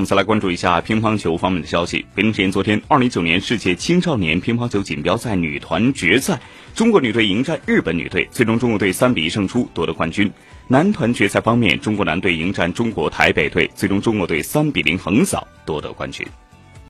我们再来关注一下乒乓球方面的消息。北京时间昨天，2019年世界青少年乒乓球锦标赛女团决赛，中国女队迎战日本女队，最终中国队3比1胜出，夺得冠军。男团决赛方面，中国男队迎战中国台北队，最终中国队3比0横扫，夺得冠军。